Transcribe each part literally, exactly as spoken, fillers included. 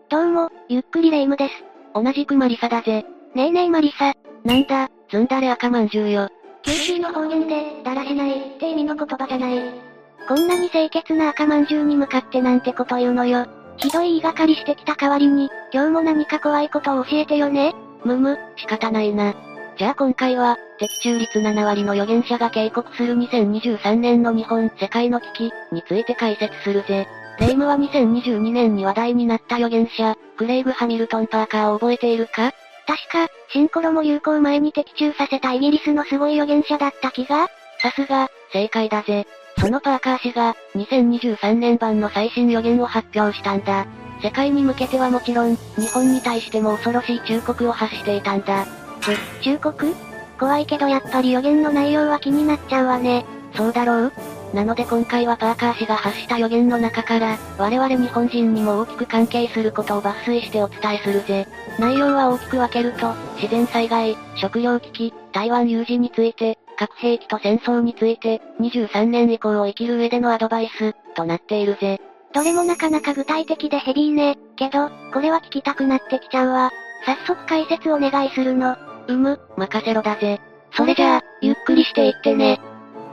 どうも、ゆっくりレ夢ムです。 同じくマリサだぜ。 ねえねえマリサ。 なんだ、ずんだれ赤まんじゅうよ。 九州の方言で、だらしないって意味の言葉じゃない。こんなに清潔な赤まんじゅうに向かってなんてこと言うのよ。ひどい言いがかりしてきた代わりに、今日も何か怖いことを教えてよね。 むむ、仕方ないな。じゃあ今回は、的中率ななわりの預言者が警告するにせんにじゅうさんねんの日本、世界の危機、について解説するぜ。レ夢ムはにせんにじゅうにねんに話題になった預言者、クレイグ・ハミルトン・パーカーを覚えているか？ 確か、シンコロも流行前に的中させたイギリスのすごい預言者だった気が。 さすが、正解だぜ。そのパーカー氏が、にせんにじゅうさんねん版の最新予言を発表したんだ。世界に向けてはもちろん、日本に対しても恐ろしい忠告を発していたんだ。 ち、忠告？怖いけどやっぱり予言の内容は気になっちゃうわね。 そうだろう？なので今回はパーカー氏が発した予言の中から、我々日本人にも大きく関係することを抜粋してお伝えするぜ。内容は大きく分けると、自然災害、食糧危機、台湾有事について、核兵器と戦争について、にじゅうさんねん以降を生きる上でのアドバイス、となっているぜ。 どれもなかなか具体的でヘビーね。けど、これは聞きたくなってきちゃうわ。早速解説お願いするの。 うむ、任せろだぜ。 それじゃあ、ゆっくりしていってね。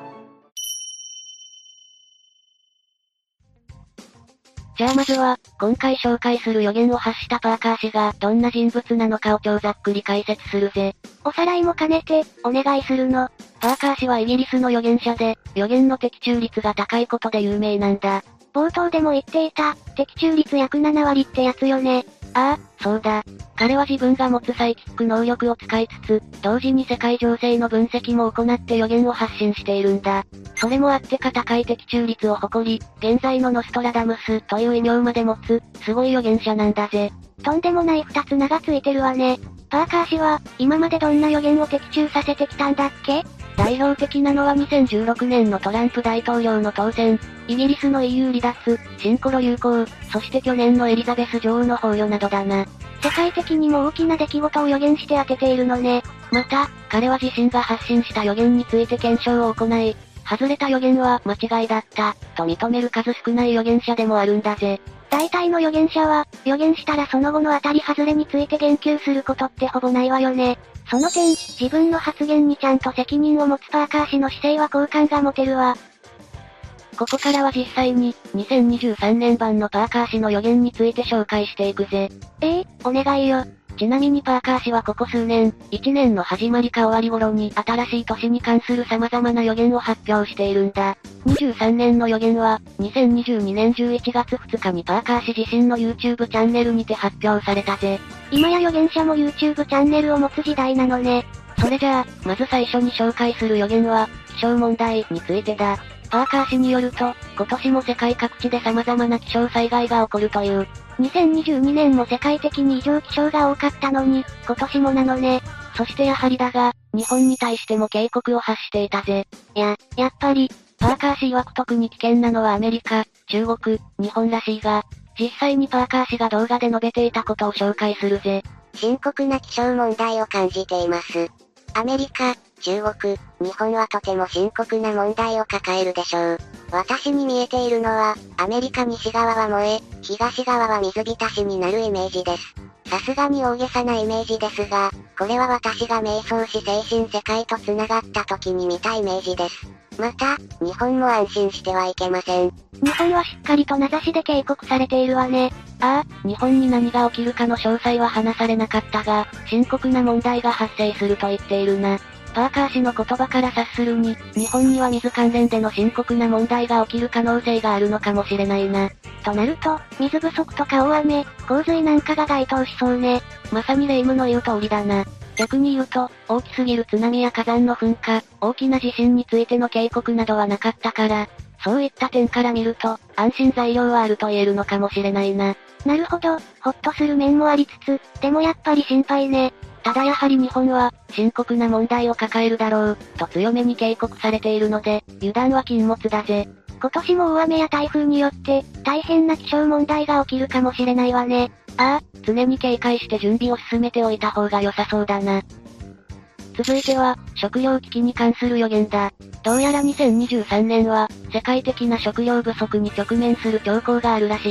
じゃあまずは、今回紹介する予言を発したパーカー氏がどんな人物なのかを超ざっくり解説するぜ。 おさらいも兼ねて、お願いするの。 パーカー氏はイギリスの預言者で、予言の的中率が高いことで有名なんだ。 冒頭でも言っていた、的中率約ななわりってやつよね。 ああ、そうだ。彼は自分が持つサイキック能力を使いつつ、同時に世界情勢の分析も行って予言を発信しているんだ。それもあってか高い的中率を誇り、現在のノストラダムスという異名まで持つ、すごい預言者なんだぜ。 とんでもない二つ名がついてるわね。パーカー氏は、今までどんな予言を的中させてきたんだっけ？ 代表的なのはにせんじゅうろくねんのトランプ大統領の当選、イギリスの イーユー 離脱、シンコロ流行、そして去年のエリザベス女王の崩御などだな。 世界的にも大きな出来事を予言して当てているのね。 また、彼は自身が発信した予言について検証を行い、外れた予言は間違いだった、と認める数少ない預言者でもあるんだぜ。 大体の預言者は、予言したらその後の当たり外れについて言及することってほぼないわよね。その点、自分の発言にちゃんと責任を持つパーカー氏の姿勢は好感が持てるわ。 ここからは実際に、にせんにじゅうさんねん版のパーカー氏の予言について紹介していくぜ。 ええー、お願いよ。 ちなみにパーカー氏はここ数年、いちねんの始まりか終わり頃に新しい年に関する様々な予言を発表しているんだ。にじゅうさんねんの予言は、にせんにじゅうにねんじゅういちがつふつかにパーカー氏自身の YouTube チャンネルにて発表されたぜ。 今や預言者も YouTube チャンネルを持つ時代なのね。 それじゃあ、まず最初に紹介する予言は、気象問題についてだ。パーカー氏によると、今年も世界各地で様々な気象災害が起こるという。 にせんにじゅうにねんも世界的に異常気象が多かったのに、今年もなのね。 そしてやはりだが、日本に対しても警告を発していたぜ。 や、やっぱり、 パーカー氏曰く特に危険なのはアメリカ、中国、日本らしいが、実際にパーカー氏が動画で述べていたことを紹介するぜ。 深刻な気象問題を感じています。アメリカ、中国、日本はとても深刻な問題を抱えるでしょう。私に見えているのは、アメリカ西側は燃え、東側は水浸しになるイメージです。さすがに大げさなイメージですが、これは私が瞑想し精神世界と繋がった時に見たイメージです。また、日本も安心してはいけません。 日本はしっかりと名指しで警告されているわね。 ああ、日本に何が起きるかの詳細は話されなかったが、深刻な問題が発生すると言っているな。パーカー氏の言葉から察するに、日本には水関連での深刻な問題が起きる可能性があるのかもしれないな。 となると、水不足とか大雨、洪水なんかが該当しそうね。 まさにレ夢ムの言う通りだな。逆に言うと、大きすぎる津波や火山の噴火、大きな地震についての警告などはなかったから、そういった点から見ると、安心材料はあると言えるのかもしれないな。 なるほど、ほっとする面もありつつ、でもやっぱり心配ね。 ただやはり日本は、深刻な問題を抱えるだろう、と強めに警告されているので、油断は禁物だぜ。 今年も大雨や台風によって、大変な気象問題が起きるかもしれないわね。 ああ、常に警戒して準備を進めておいた方が良さそうだな。続いては、食糧危機に関する予言だ。どうやらにせんにじゅうさんねんは、世界的な食糧不足に直面する兆候があるらしい。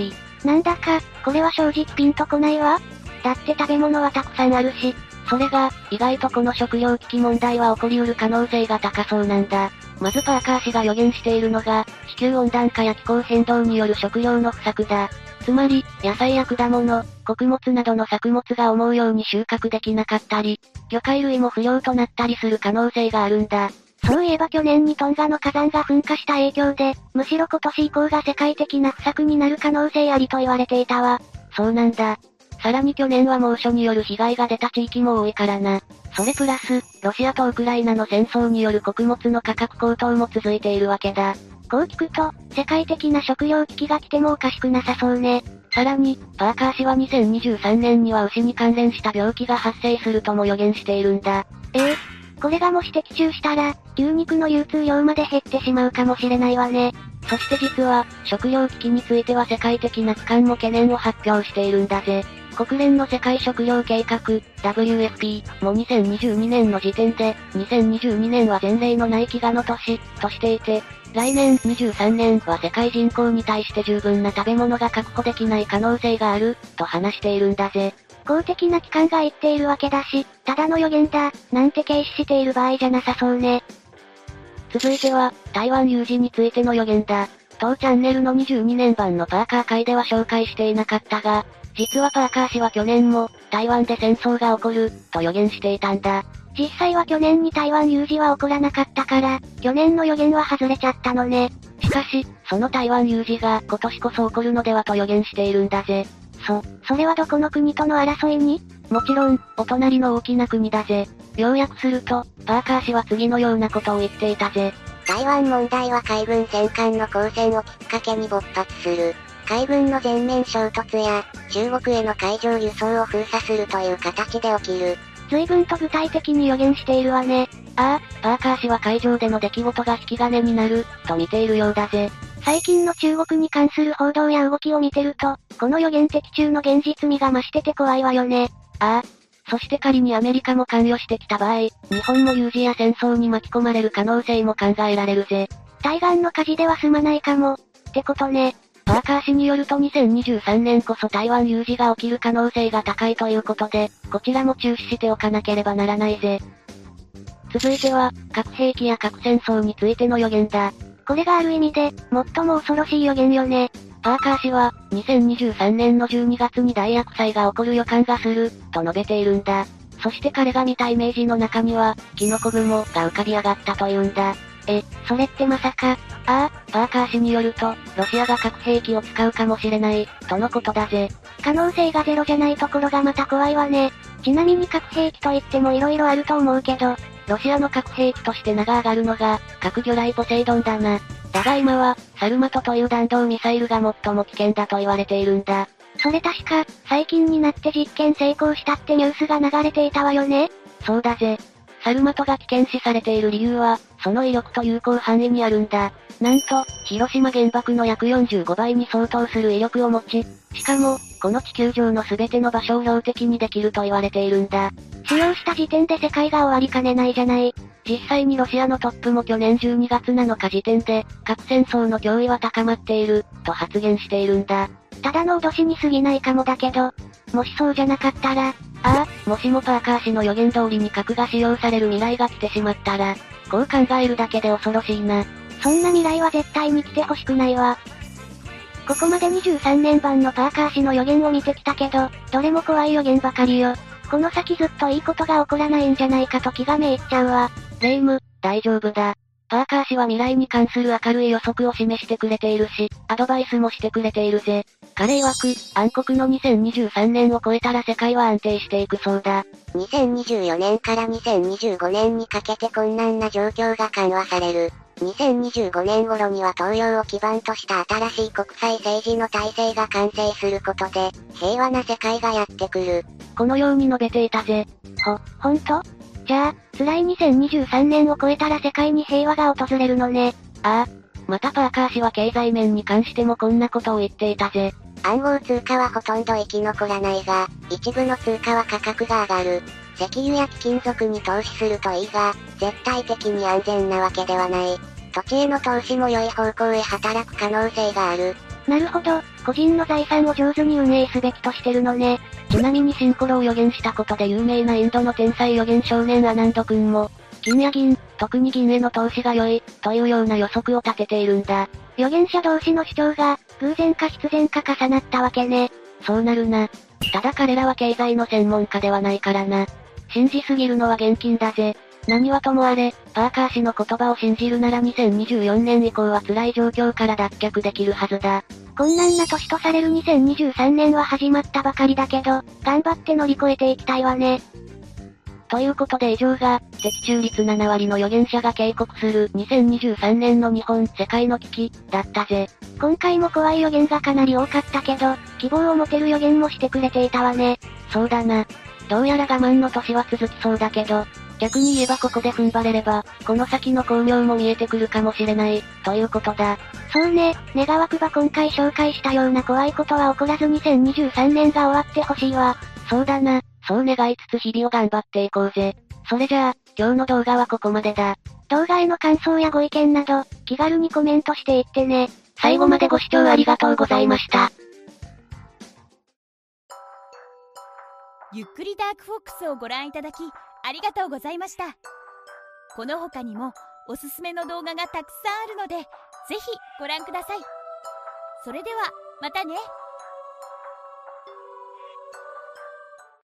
なんだか、これは正直ピンとこないわ。だって食べ物はたくさんあるし。 それが、意外とこの食糧危機問題は起こりうる可能性が高そうなんだ。まずパーカー氏が予言しているのが、地球温暖化や気候変動による食料の不作だ。つまり、野菜や果物、穀物などの作物が思うように収穫できなかったり、魚介類も不良となったりする可能性があるんだ。 そういえば去年にトンガの火山が噴火した影響で、むしろ今年以降が世界的な不作になる可能性ありと言われていたわ。 そうなんだ。さらに去年は猛暑による被害が出た地域も多いからな。それプラス、ロシアとウクライナの戦争による穀物の価格高騰も続いているわけだ。 こう聞くと、世界的な食糧危機が来てもおかしくなさそうね。 さらに、パーカー氏はにせんにじゅうさんねんには牛に関連した病気が発生するとも予言しているんだ。 ええこれがもし的中したら、牛肉の流通量まで減ってしまうかもしれないわね。 そして実は、食糧危機については世界的な機関も懸念を発表しているんだぜ。国連の世界食糧計画、ダブリューエフピー もにせんにじゅうにねんの時点で、にせんにじゅうにねんは前例のない飢餓の年、としていて、来年にじゅうさんねんは世界人口に対して十分な食べ物が確保できない可能性がある、と話しているんだぜ。 公的な機関が言っているわけだし、ただの予言だ、なんて軽視している場合じゃなさそうね。 続いては、台湾有事についての予言だ。当チャンネルのにじゅうにねん版のパーカー回では紹介していなかったが、実はパーカー氏は去年も、台湾で戦争が起こる、と予言していたんだ。 実際は去年に台湾有事は起こらなかったから、去年の予言は外れちゃったのね。 しかし、その台湾有事が今年こそ起こるのではと予言しているんだぜ。 そ、それはどこの国との争いに？ もちろん、お隣の大きな国だぜ。要約すると、パーカー氏は次のようなことを言っていたぜ。 台湾問題は海軍戦艦の交戦をきっかけに勃発する。海軍の全面衝突や、中国への海上輸送を封鎖するという形で起きる。 随分と具体的に予言しているわね。 ああ、パーカー氏は海上での出来事が引き金になる、と見ているようだぜ。 最近の中国に関する報道や動きを見てると、この予言的中の現実味が増してて怖いわよね。 ああ。そして仮にアメリカも関与してきた場合、日本も有事や戦争に巻き込まれる可能性も考えられるぜ。 対岸の火事では済まないかも。ってことね。 パーカー氏によるとにせんにじゅうさんねんこそ台湾有事が起きる可能性が高いということで、こちらも注視しておかなければならないぜ。続いては、核兵器や核戦争についての予言だ。 これがある意味で、最も恐ろしい予言よね。 パーカー氏は、にせんにじゅうさんねんのじゅうにがつに大厄災が起こる予感がする、と述べているんだ。そして彼が見たイメージの中には、キノコ雲が浮かび上がったというんだ。 え、それってまさか、 ああ、パーカー氏によると、ロシアが核兵器を使うかもしれない、とのことだぜ。 可能性がゼロじゃないところがまた怖いわね。ちなみに核兵器といっても色々あると思うけど、 ロシアの核兵器として名が挙がるのが、核魚雷ポセイドンだな。だが今は、サルマトという弾道ミサイルが最も危険だと言われているんだ。 それ確か、最近になって実験成功したってニュースが流れていたわよね。 そうだぜ。サルマトが危険視されている理由は、その威力と有効範囲にあるんだ。なんと、広島原爆の約よんじゅうごばいに相当する威力を持ち、しかも、この地球上の全ての場所を標的にできると言われているんだ。 使用した時点で世界が終わりかねないじゃない。 実際にロシアのトップも去年じゅうにがつなのか時点で、核戦争の脅威は高まっている、と発言しているんだ。 ただの脅しに過ぎないかもだけど、もしそうじゃなかったら、 ああ、もしもパーカー氏の予言通りに核が使用される未来が来てしまったら、こう考えるだけで恐ろしいな。 そんな未来は絶対に来てほしくないわ。ここまでにじゅうさんねん版のパーカー氏の予言を見てきたけど、どれも怖い予言ばかりよ。この先ずっといいことが起こらないんじゃないかと気がめいっちゃうわ。 レイム、大丈夫だ。パーカー氏は未来に関する明るい予測を示してくれているし、アドバイスもしてくれているぜ。彼曰く、暗黒のにせんにじゅうさんねんを超えたら世界は安定していくそうだ。 にせんにじゅうよねんからにせんにじゅうごねんにかけて困難な状況が緩和される。にせんにじゅうごねん頃には東洋を基盤とした新しい国際政治の体制が完成することで、平和な世界がやってくる。 このように述べていたぜ。 ほ、ほんと？じゃあ、辛いにせんにじゅうさんねんを超えたら世界に平和が訪れるのね。 ああ。またパーカー氏は経済面に関してもこんなことを言っていたぜ。 暗号通貨はほとんど生き残らないが、一部の通貨は価格が上がる。石油や貴金属に投資するといいが、絶対的に安全なわけではない。土地への投資も良い方向へ働く可能性がある。 なるほど、個人の財産を上手に運営すべきとしてるのね。 ちなみにシンコロを予言したことで有名なインドの天才予言少年アナンド君も、金や銀、特に銀への投資が良い、というような予測を立てているんだ。 預言者同士の主張が、偶然か必然か重なったわけね。 そうなるな。ただ彼らは経済の専門家ではないからな。信じすぎるのは現金だぜ。何はともあれ、パーカー氏の言葉を信じるならにせんにじゅうよねん以降は辛い状況から脱却できるはずだ。 困難な年とされるにせんにじゅうさんねんは始まったばかりだけど、頑張って乗り越えていきたいわね。 ということで以上が、的中率ななわりの預言者が警告するにせんにじゅうさんねんの日本、世界の危機、だったぜ。 今回も怖い予言がかなり多かったけど、希望を持てる予言もしてくれていたわね。 そうだな。どうやら我慢の年は続きそうだけど、逆に言えばここで踏ん張れれば、この先の光明も見えてくるかもしれない、ということだ。 そうね、願わくば今回紹介したような怖いことは起こらずにせんにじゅうさんねんが終わってほしいわ。 そうだな、そう願いつつ日々を頑張っていこうぜ。それじゃあ、今日の動画はここまでだ。 動画への感想やご意見など、気軽にコメントしていってね。 最後までご視聴ありがとうございました。 ゆっくりダークフォックスをご覧いただき、ありがとうございました。この他にもおすすめの動画がたくさんあるので、ぜひご覧ください。それでは、またね。